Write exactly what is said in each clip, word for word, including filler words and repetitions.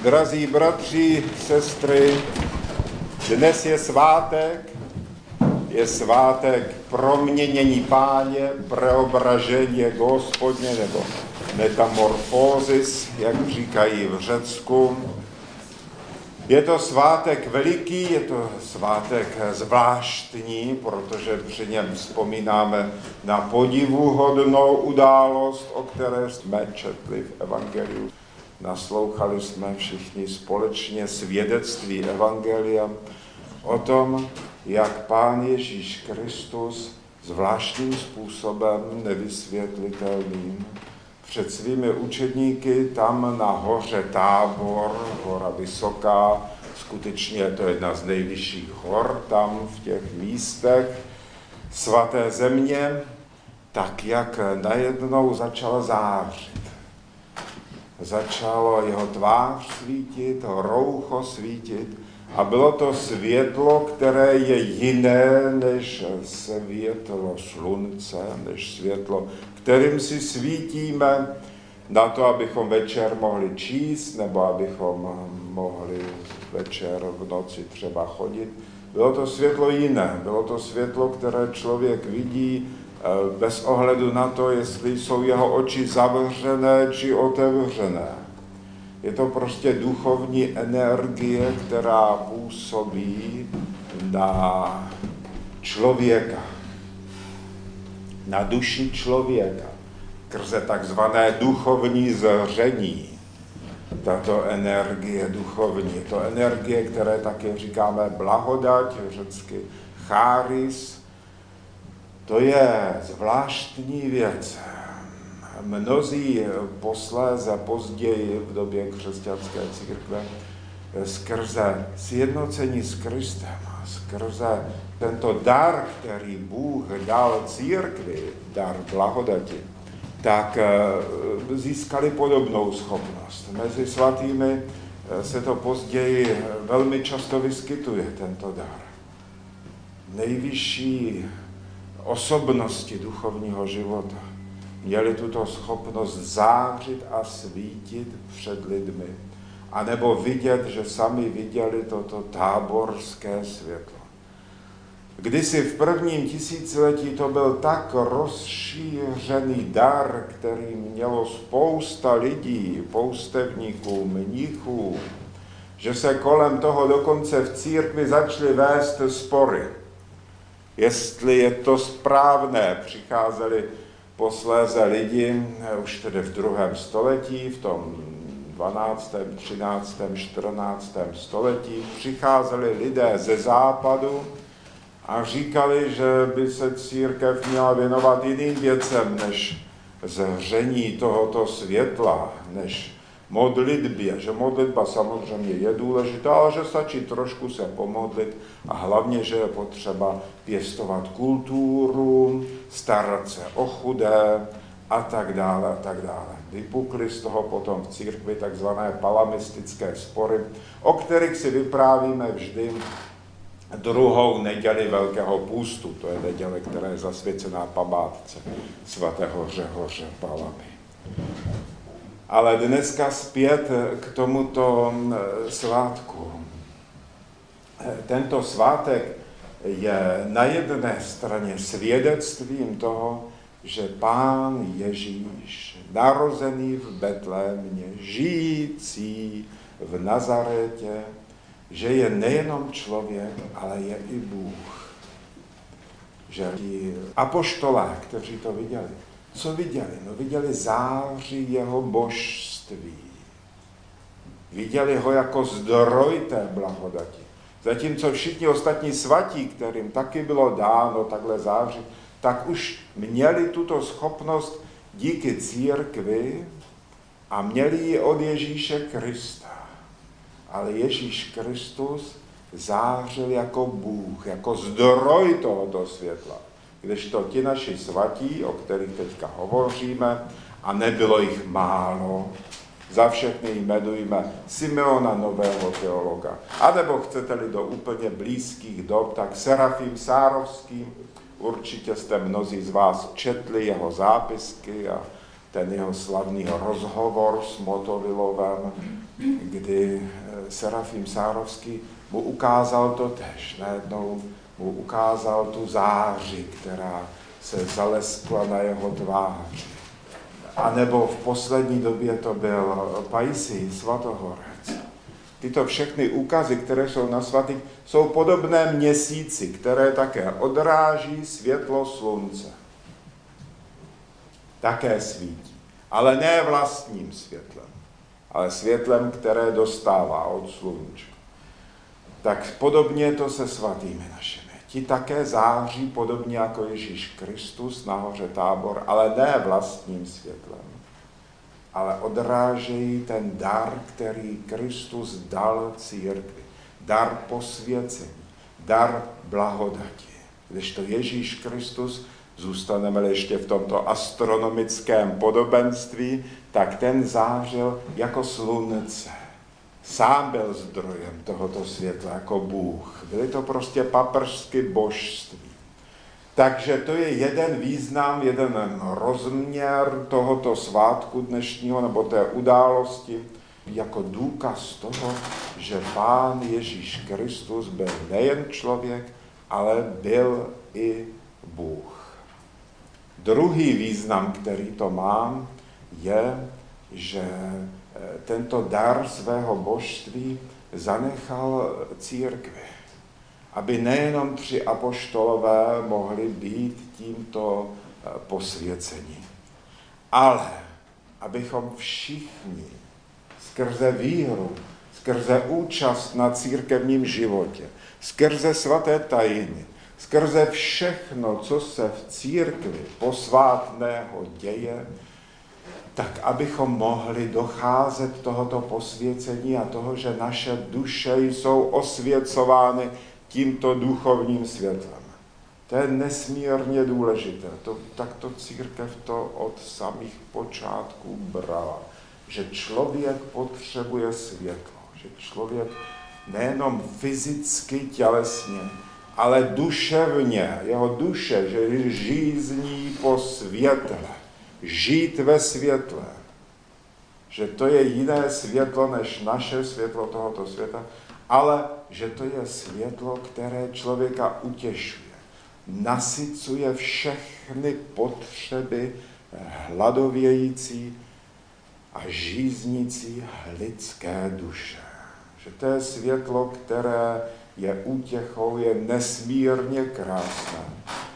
Drazí bratři, sestry, dnes je svátek, je svátek proměnění Páně, preobražení Gospodně, nebo metamorfózis, jak říkají v Řecku. Je to svátek veliký, je to svátek zvláštní, protože při něm vzpomínáme na podivuhodnou událost, o které jsme četli v Evangeliu. Naslouchali jsme všichni společně svědectví Evangelia o tom, jak Pán Ježíš Kristus zvláštním způsobem nevysvětlitelným před svými učedníky tam na hoře Tábor, hora vysoká, skutečně je to jedna z nejvyšších hor tam v těch místech svaté země, tak jak najednou začal zářit. Začalo jeho tvář svítit, roucho svítit a bylo to světlo, které je jiné než světlo slunce, než světlo, kterým si svítíme na to, abychom večer mohli číst, nebo abychom mohli večer v noci třeba chodit. Bylo to světlo jiné, bylo to světlo, které člověk vidí bez ohledu na to, jestli jsou jeho oči zavřené či otevřené. Je to prostě duchovní energie, která působí na člověka, na duši člověka, skrze takzvané duchovní zření. Tato energie duchovní, to energie, které také říkáme blahodať, řecky charis, to je zvláštní věc. Mnozí posléze, později v době křesťanské církve, skrze sjednocení s Kristem, skrze tento dar, který Bůh dal církvi, dar blahodati, tak získali podobnou schopnost. Mezi svatými se to později velmi často vyskytuje, tento dar. Nejvyšší osobnosti duchovního života měli tuto schopnost zářit a svítit před lidmi, anebo vidět, že sami viděli toto táborské světlo. Kdysi v prvním tisíciletí to byl tak rozšířený dar, který mělo spousta lidí, poustevníků, mnichů, že se kolem toho dokonce v církvi začaly vést spory. Jestli je to správné, přicházeli posléze lidi, už tedy v druhém století, v tom dvanáctém, třináctém, čtrnáctém století, přicházeli lidé ze západu a říkali, že by se církev měla věnovat jiným věcem, než zhření tohoto světla, než modlitbě, že modlitba samozřejmě je důležitá, ale že stačí trošku se pomodlit a hlavně, že je potřeba pěstovat kulturu, starat se o chudé a tak dále a tak dále. Vypukly z toho potom v církvi takzvané palamistické spory, o kterých si vyprávíme vždy druhou neděli Velkého půstu. To je neděle, která je zasvěcená památce svatého Řehoře Palamy. Ale dneska zpět k tomuto svátku. Tento svátek je na jedné straně svědectvím toho, že Pán Ježíš, narozený v Betlémě, žijící v Nazaretě, že je nejenom člověk, ale je i Bůh. Že ti apoštolé, kteří to viděli, co viděli? No viděli záři jeho božství. Viděli ho jako zdroj té blahodati. Zatímco všichni ostatní svatí, kterým taky bylo dáno takhle zářit, tak už měli tuto schopnost díky církvi a měli ji od Ježíše Krista. Ale Ježíš Kristus zářil jako Bůh, jako zdroj tohoto světla. Kdežto ti naši svatí, o kterých teďka hovoříme, a nebylo jich málo, za všechny jmenujeme Simeona Nového teologa. A nebo chcete-li do úplně blízkých dob, tak Serafim Sárovský, určitě jste mnozí z vás četli jeho zápisky a ten jeho slavný rozhovor s Motovilovem, kdy Serafim Sárovský mu ukázal to tež. Najednou mu ukázal tu záři, která se zaleskla na jeho tváři. A nebo v poslední době to byl Pajsí Svatohorec. Tyto všechny úkazy, které jsou na svatých, jsou podobné měsíci, které také odráží světlo slunce. Také svítí, ale ne vlastním světlem, ale světlem, které dostává od slunčka. Tak podobně to se svatými našimi. Ti také září podobně jako Ježíš Kristus na hoře Tábor, ale ne vlastním světlem, ale odrážejí ten dar, který Kristus dal církvi. Dar posvěcení, dar blahodati. Kdežto Ježíš Kristus, zůstaneme ještě v tomto astronomickém podobenství, tak ten zářil jako slunce. Sám byl zdrojem tohoto světla jako Bůh. Byly to prostě paprsky božství. Takže to je jeden význam, jeden rozměr tohoto svátku dnešního, nebo té události, jako důkaz toho, že Pán Ježíš Kristus byl nejen člověk, ale byl i Bůh. Druhý význam, který to má, je, že tento dar svého božství zanechal církvi, aby nejenom tři apoštolové mohli být tímto posvěceni, ale abychom všichni skrze víru, skrze účast na církevním životě, skrze svaté tajiny, skrze všechno, co se v církvi posvátného děje, tak abychom mohli docházet tohoto posvěcení a toho, že naše duše jsou osvěcovány tímto duchovním světlem. To je nesmírně důležité. To, tak to církev to od samých počátků brala. Že člověk potřebuje světlo. Že člověk nejenom fyzicky, tělesně, ale duševně, jeho duše, že žízní po světle. Žít ve světle. Že to je jiné světlo, než naše světlo tohoto světa, ale že to je světlo, které člověka utěšuje. Nasycuje všechny potřeby hladovějící a žíznící lidské duše. Že to je světlo, které je útěchou, je nesmírně krásné.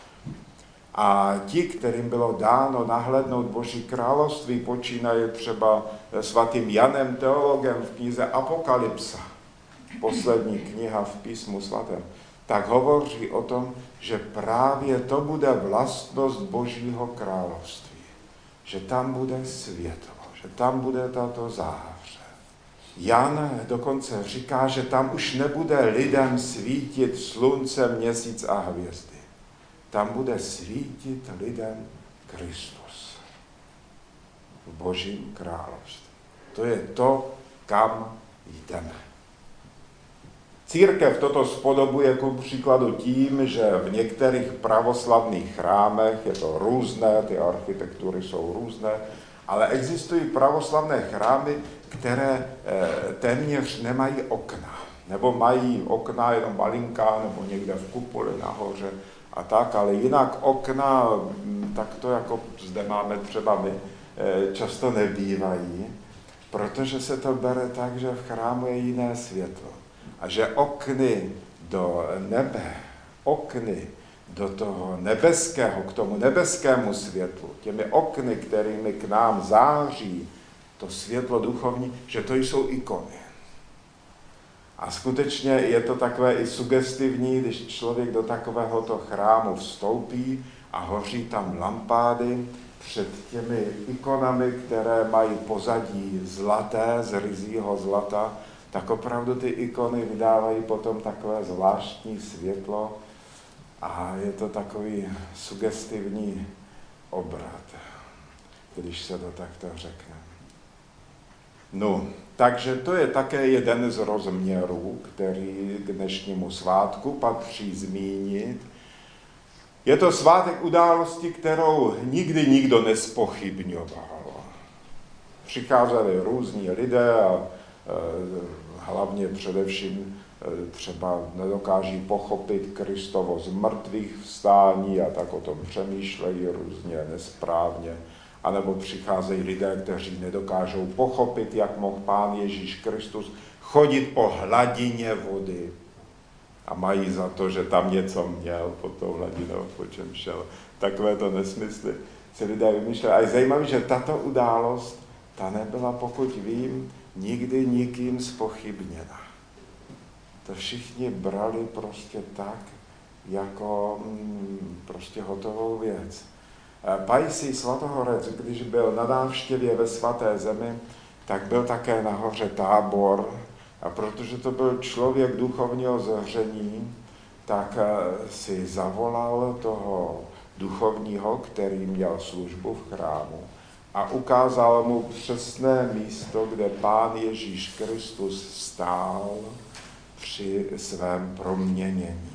A ti, kterým bylo dáno nahlédnout Boží království, počínaje třeba svatým Janem teologem v knize Apokalypsa, poslední kniha v písmu svatém, tak hovoří o tom, že právě to bude vlastnost Božího království. Že tam bude světlo, že tam bude tato záře. Jan dokonce říká, že tam už nebude lidem svítit slunce, měsíc a hvězdy. Tam bude svítit lidem Kristus v Božím království. To je to, kam jdeme. Církev toto spodobuje ku příkladu tím, že v některých pravoslavných chrámech, je to různé, ty architektury jsou různé, ale existují pravoslavné chrámy, které e, téměř nemají okna. Nebo mají okna jenom malinká, nebo někde v kupoli nahoře a tak, ale jinak okna, tak to jako zde máme třeba my, e, často nebývají, protože se to bere tak, že v chrámu je jiné světlo. A že okny do nebe, okny do toho nebeského, k tomu nebeskému světlu, těmi okny, kterými k nám září to světlo duchovní, že to jsou ikony. A skutečně je to takové i sugestivní, když člověk do takovéhoto chrámu vstoupí a hoří tam lampády před těmi ikonami, které mají pozadí zlaté, z ryzího zlata, tak opravdu ty ikony vydávají potom takové zvláštní světlo a je to takový sugestivní obrat, když se to takto řekne. No, takže to je také jeden z rozměrů, který k dnešnímu svátku patří zmínit. Je to svátek události, kterou nikdy nikdo nespochybňoval. Přicházeli různí lidé a e, hlavně především e, třeba nedokáží pochopit Kristovo z mrtvých vstání a tak o tom přemýšlejí různě nesprávně. A nebo přicházejí lidé, kteří nedokážou pochopit, jak mohl Pán Ježíš Kristus chodit po hladině vody. A mají za to, že tam něco měl pod tou hladinou, po čem šel. Takové to nesmysly si lidé vymýšleli. A je zajímavé, že tato událost, ta nebyla, pokud vím, nikdy nikým zpochybněna. To všichni brali prostě tak, jako mm, prostě hotovou věc. Pajsí Svatohorec, když byl na návštěvě ve svaté zemi, tak byl také na hoře Tábor. A protože to byl člověk duchovního zření, tak si zavolal toho duchovního, který měl službu v chrámu, a ukázal mu přesné místo, kde Pán Ježíš Kristus stál při svém proměnění.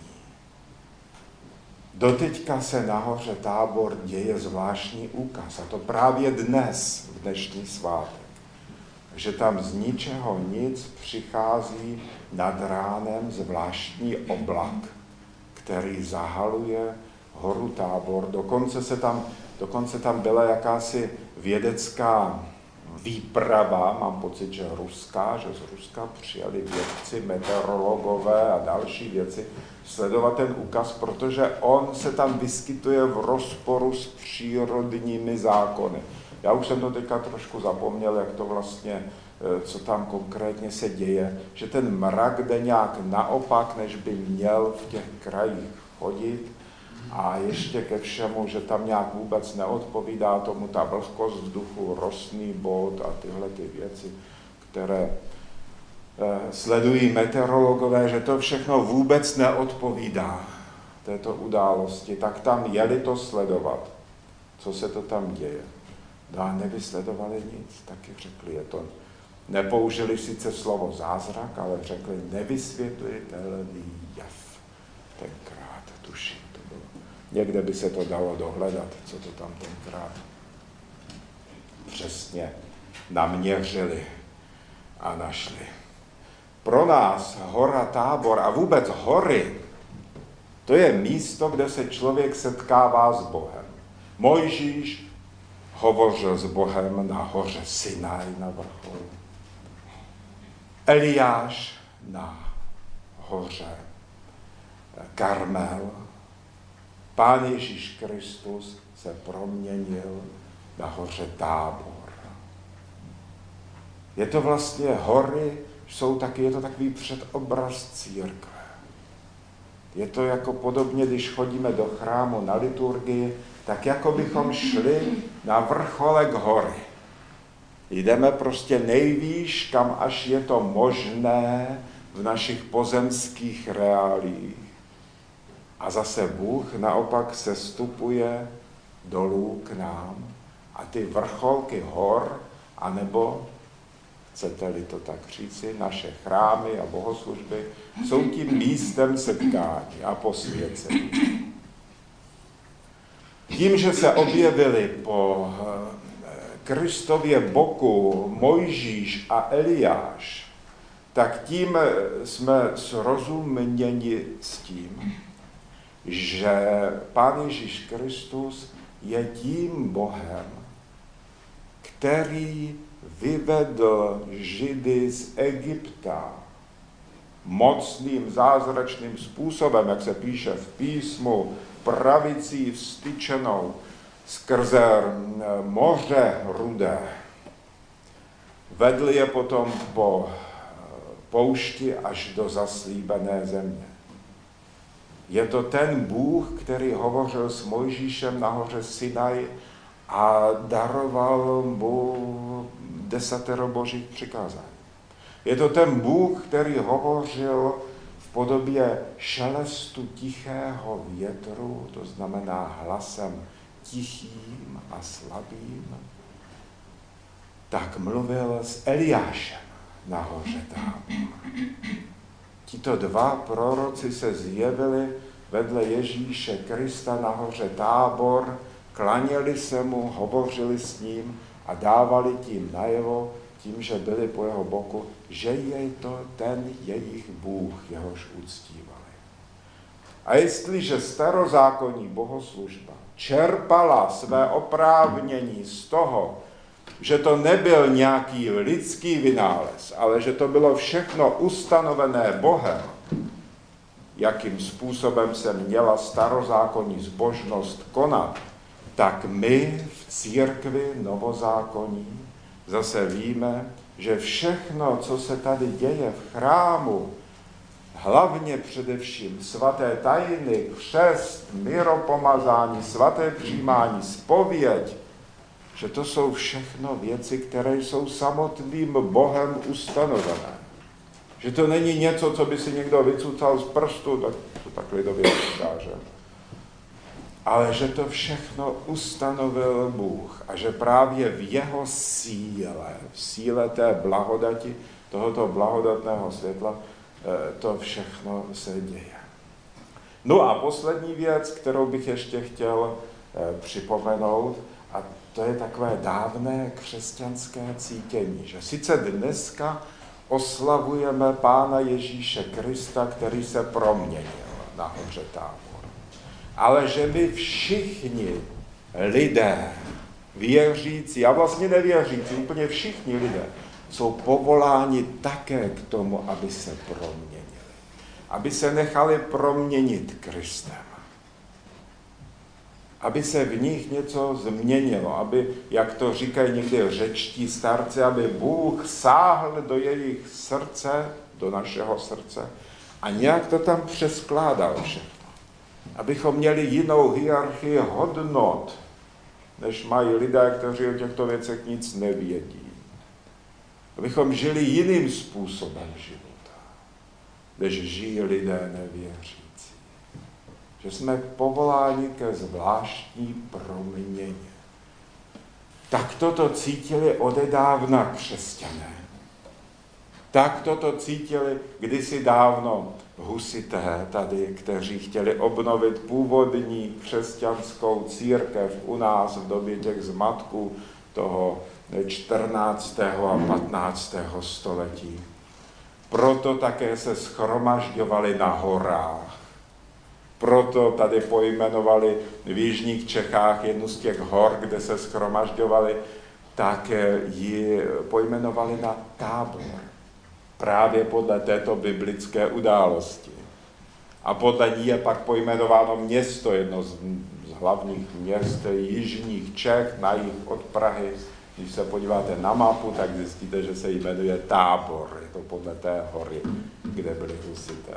Doteďka se nahoře Tábor děje zvláštní úkaz, a to právě dnes, v dnešní svátek, že tam z ničeho nic přichází nad ránem zvláštní oblak, který zahaluje horu Tábor. Dokonce, se tam, dokonce tam byla jakási vědecká výprava, mám pocit, že ruská, že z Ruska přijeli vědci, meteorologové a další věci sledovat ten úkaz, protože on se tam vyskytuje v rozporu s přírodními zákony. Já už jsem to teďka trošku zapomněl, jak to vlastně, co tam konkrétně se děje, že ten mrak jde nějak naopak, než by měl v těch krajích chodit, a ještě ke všemu, že tam nějak vůbec neodpovídá tomu ta vlhkost vzduchu, rostný bod a tyhle ty věci, které eh, sledují meteorologové, že to všechno vůbec neodpovídá této události, tak tam jeli to sledovat, co se to tam děje. No a nevysledovali nic, taky řekli, je to, nepoužili sice slovo zázrak, ale řekli nevysvětlitelný jev. Tenkrát, tuším, to bylo. Někde by se to dalo dohledat, co to tam tenkrát přesně naměřili a našli. Pro nás hora Tábor a vůbec hory, to je místo, kde se člověk setkává s Bohem. Mojžíš hovořil s Bohem na hoře Sinaj na vrcholu. Eliáš na hoře Karmel. Pán Ježíš Kristus se proměnil na hoře Tábor. Je to vlastně hory, jsou taky, je to takový předobraz církve. Je to jako podobně, když chodíme do chrámu na liturgii, tak jako bychom šli na vrcholek hory. Jdeme prostě nejvýš, kam až je to možné v našich pozemských reálích. A zase Bůh naopak sestupuje dolů k nám a ty vrcholky hor, anebo, chcete-li to tak říci, naše chrámy a bohoslužby, jsou tím místem setkání a posvěcení. Tím, že se objevili po Kristově boku Mojžíš a Eliáš, tak tím jsme srozuměni s tím, že Pán Ježíš Kristus je tím Bohem, který vyvedl Židy z Egypta mocným, zázračným způsobem, jak se píše v písmu, pravicí vstyčenou skrze moře rudé. Vedl je potom po poušti až do zaslíbené země. Je to ten Bůh, který hovořil s Mojžíšem na hoře Sinaj a daroval mu desatero božích přikázání. Je to ten Bůh, který hovořil v podobě šelestu tichého větru, to znamená hlasem tichým a slabým. Tak mluvil s Eliášem na hoře Tábor. Tito dva proroci se zjevili vedle Ježíše Krista na hoře Tábor, klaněli se mu, hovořili s ním a dávali tím najevo, tím, že byli po jeho boku, že je to ten jejich Bůh, jehož uctívali. A jestliže starozákonní bohoslužba čerpala své oprávnění z toho, že to nebyl nějaký lidský vynález, ale že to bylo všechno ustanovené Bohem, jakým způsobem se měla starozákonní zbožnost konat, tak my v církvi novozákonní zase víme, že všechno, co se tady děje v chrámu, hlavně především svaté tajiny, křest, miropomazání, svaté přijímání, zpověď, že to jsou všechno věci, které jsou samotným Bohem ustanovené. Že to není něco, co by si někdo vycucal z prstu, tak to tak lidově říká, že? Ale že to všechno ustanovil Bůh a že právě v jeho síle, v síle té blahodati, tohoto blahodatného světla, to všechno se děje. No a poslední věc, kterou bych ještě chtěl připomenout, a to je takové dávné křesťanské cítění, že sice dneska oslavujeme Pána Ježíše Krista, který se proměnil na hoře Tábor, ale že my všichni lidé, věřící a vlastně nevěřící, úplně všichni lidé, jsou povoláni také k tomu, aby se proměnili. Aby se nechali proměnit Kristem. Aby se v nich něco změnilo, aby, jak to říkají někdy řečtí starci, aby Bůh sáhl do jejich srdce, do našeho srdce a nějak to tam přeskládal všechno. Abychom měli jinou hierarchii hodnot, než mají lidé, kteří o těchto věcech nic nevědí. Abychom žili jiným způsobem života, než žijí lidé nevěřící. Že jsme povoláni ke zvláštní proměně. Tak toto cítili odedávna křesťané. Tak toto cítili kdysi dávno husité tady, kteří chtěli obnovit původní křesťanskou církev u nás v době těch zmatků toho čtrnáctého a patnáctého století. Proto také se shromažďovali na horách. Proto tady pojmenovali v jižních Čechách jednu z těch hor, kde se shromažďovali, tak ji pojmenovali na Tábor. Právě podle této biblické události. A podle ní je pak pojmenováno město, jedno z, z hlavních měst jižních Čech, na jih od Prahy. Když se podíváte na mapu, tak zjistíte, že se jmenuje Tábor. Je to podle té hory, kde byli husité.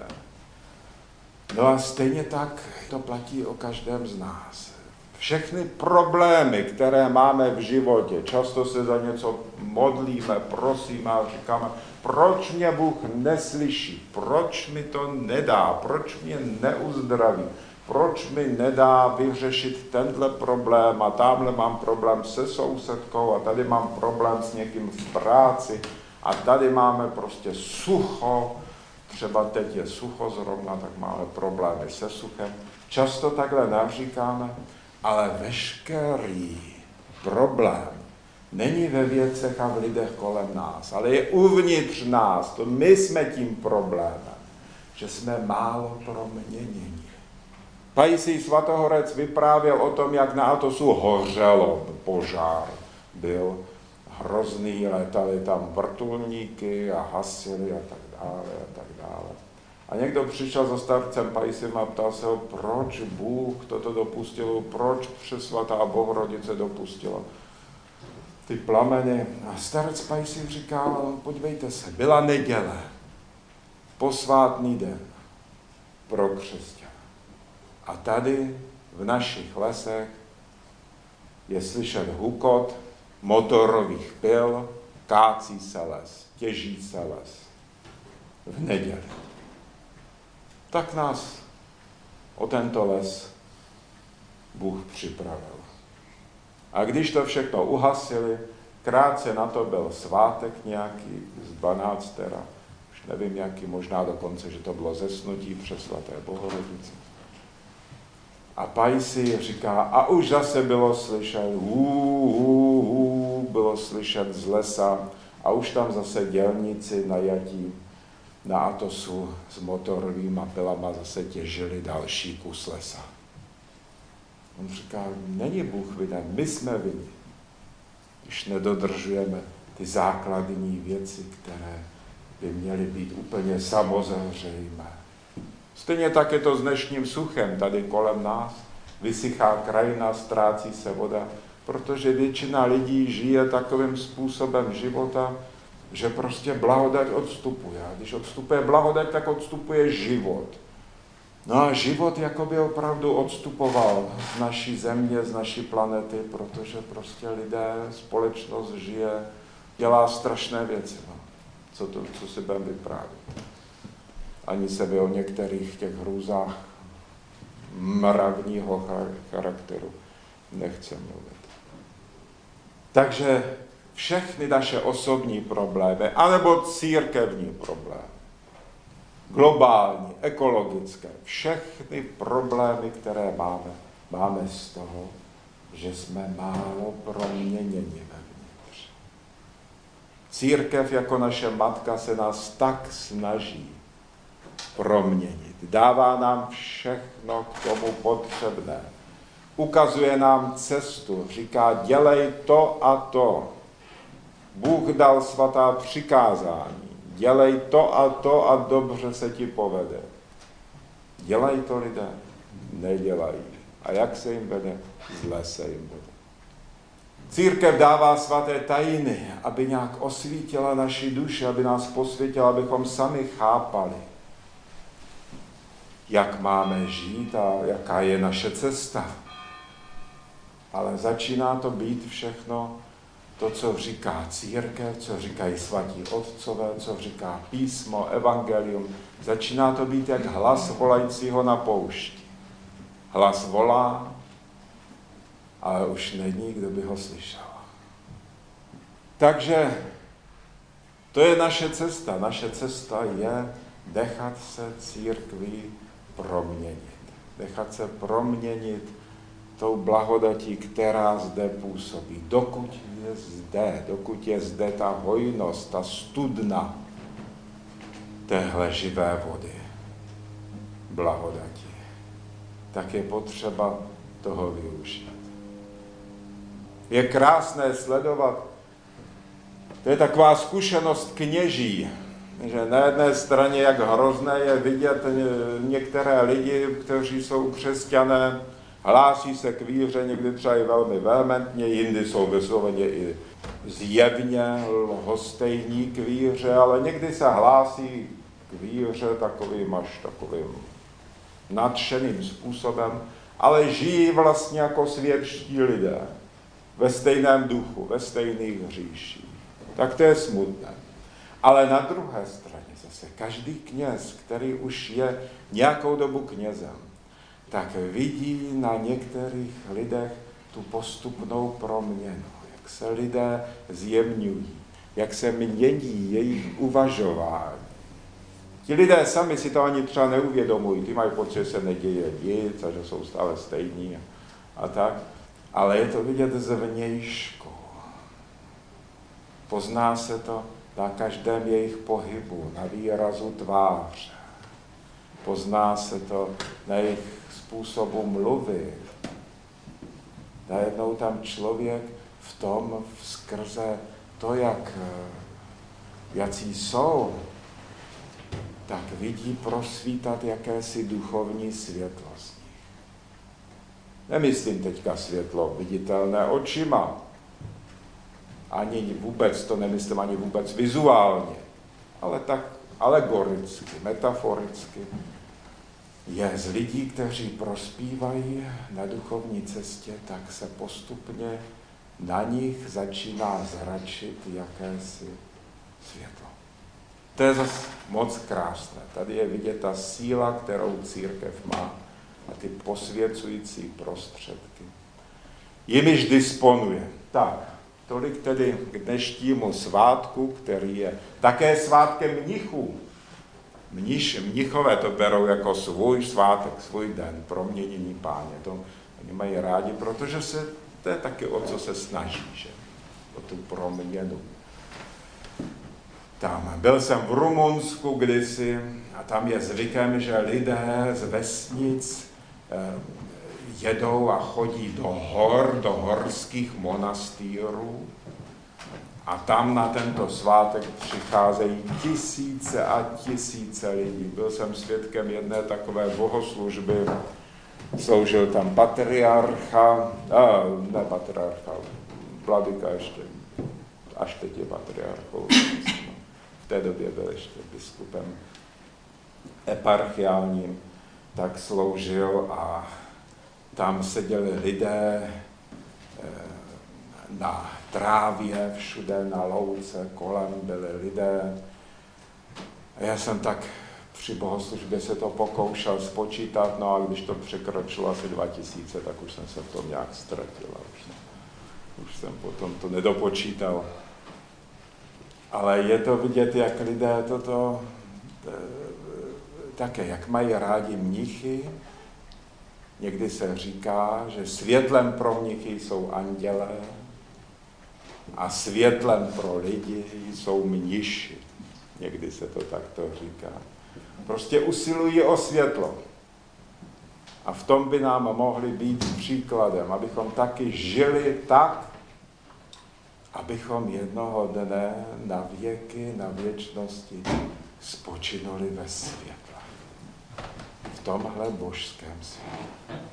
No a stejně tak to platí o každém z nás. Všechny problémy, které máme v životě, často se za něco modlíme, prosíme a říkáme, proč mě Bůh neslyší, proč mi to nedá, proč mě neuzdraví, proč mi nedá vyřešit tenhle problém a tamhle mám problém se sousedkou a tady mám problém s někým v práci a tady máme prostě sucho, třeba teď je sucho zrovna, tak máme problémy se suchem. Často takhle naříkáme, ale veškerý problém není ve věcech a v lidech kolem nás, ale je uvnitř nás. To my jsme tím problémem, že jsme málo proměnění. Pajsí Svatohorec vyprávěl o tom, jak na Atosu hořelo, požár byl hrozný, letali tam vrtulníky a hasili a tak dále a tak dále. A někdo přišel za starcem Pajsím a ptal se ho, proč Bůh toto dopustil, proč Přesvatá Bohorodice dopustila ty plameny. A starec Pajsím říkal, podívejte se, byla neděle, posvátný den pro křesťana. A tady v našich lesech je slyšet hukot motorových pil, kácí se les, těží se les v neděli. Tak nás o tento les Bůh připravil. A když to všechno uhasili, krátce na to byl svátek nějaký z dvanáctera, už nevím jaký, možná dokonce, že to bylo zesnutí Přesvaté Bohorodice. A Pajsí říká, a už zase bylo slyšet hů, hů, hů, bylo slyšet z lesa a už tam zase dělníci najatí na Atosu s motorovými pilama zase těžili další kus lesa. On říká, není Bůh vinen, my jsme vinni, když nedodržujeme ty základní věci, které by měly být úplně samozřejmé. Stejně tak je to s dnešním suchem tady kolem nás. Vysychá krajina, ztrácí se voda, protože většina lidí žije takovým způsobem života, že prostě blahodať odstupuje. A když odstupuje blahodať, tak odstupuje život. No a život jakoby opravdu odstupoval z naší země, z naší planety, protože prostě lidé, společnost žije, dělá strašné věci. No. Co, to, co si budeme vyprávět. Ani se by o některých těch hrůzách mravního charakteru nechce mluvit. Takže všechny naše osobní problémy, anebo církevní problémy, globální, ekologické, všechny problémy, které máme, máme z toho, že jsme málo proměněni vevnitř. Církev jako naše matka se nás tak snaží proměnit. Dává nám všechno k tomu potřebné. Ukazuje nám cestu, říká, dělej to a to. Bůh dal svatá přikázání. Dělej to a to a dobře se ti povede. Dělají to lidé? Nedělají. A jak se jim vede? Zle se jim vede. Církev dává svaté tajiny, aby nějak osvítila naši duši, aby nás posvětila, abychom sami chápali, jak máme žít a jaká je naše cesta. Ale začíná to být všechno to, co říká církev, co říkají svatí otcové, co říká písmo, evangelium. Začíná to být jak hlas volajícího na poušti. Hlas volá, ale už není, kdo by ho slyšel. Takže to je naše cesta. Naše cesta je nechat se církví proměnit. Nechat se proměnit tou blahodatí, která zde působí. Dokud je zde, dokud je zde ta hojnost, ta studna téhle živé vody, blahodatí, tak je potřeba toho využít. Je krásné sledovat, to je taková zkušenost kněží, že na jedné straně, jak hrozné je vidět některé lidi, kteří jsou křesťané, hlásí se k víře, někdy třeba i velmi vehementně, jindy jsou vysloveně i zjevně lhostejní k víře, ale někdy se hlásí k víře takovým až takovým nadšeným způsobem, ale žijí vlastně jako světští lidé, ve stejném duchu, ve stejných hříších. Tak to je smutné. Ale na druhé straně zase každý kněz, který už je nějakou dobu knězem, tak vidí na některých lidech tu postupnou proměnu, jak se lidé zjemňují, jak se mění jejich uvažování. Ti lidé sami si to ani třeba neuvědomují, ty mají pocit, že se neděje nic a že jsou stále stejní a, a tak, ale je to vidět zvnějšku. Pozná se to na každém jejich pohybu, na výrazu tváře. Pozná se to na jejich způsobu mluvit. Najednou tam člověk v tom skrze to, jak jací jsou, tak vidí prosvítat jakési duchovní světlo z nich. Nemyslím teďka světlo viditelné očima, ani vůbec, to nemyslím ani vůbec vizuálně, ale tak alegoricky, metaforicky. Je z lidí, kteří prospívají na duchovní cestě, tak se postupně na nich začíná zračit jakési světlo. To je zase moc krásné. Tady je vidět ta síla, kterou církev má a ty posvěcující prostředky. Jimiž disponuje. Tak, tolik tedy k dnešnímu svátku, který je také svátkem mnichů. Mniš, mnichové to berou jako svůj svátek, svůj den, proměnění Páně. To oni mají rádi, protože se, to je taky o co se snaží. Že? o tu proměnu. Tam byl jsem v Rumunsku kdysi a tam je zvykem, že lidé z vesnic jedou a chodí do hor, do horských monastýrů a tam na tento svátek přicházejí tisíce a tisíce lidí. Byl jsem svědkem jedné takové bohoslužby, sloužil tam patriarcha, a, ne patriarcha, vladyka ještě, až teď je patriarchou. V té době byl ještě biskupem eparchiálním, tak sloužil a tam seděli lidé na trávě, všude na louce, kolem byli lidé. A já jsem tak při bohoslužbě se to pokoušel spočítat, no a když to překročilo asi dva tisíce, tak už jsem se v tom nějak ztratil. Už, už jsem potom to nedopočítal. Ale je to vidět, jak lidé toto také, jak mají rádi mnichy. Někdy se říká, že světlem pro mnichy jsou andělé a světlem pro lidi jsou mniši. Někdy se to takto říká. Prostě usilují o světlo. A v tom by nám mohli být příkladem, abychom taky žili tak, abychom jednoho dne na věky, na věčnosti spočinuli ve světle. V tomhle božském světle.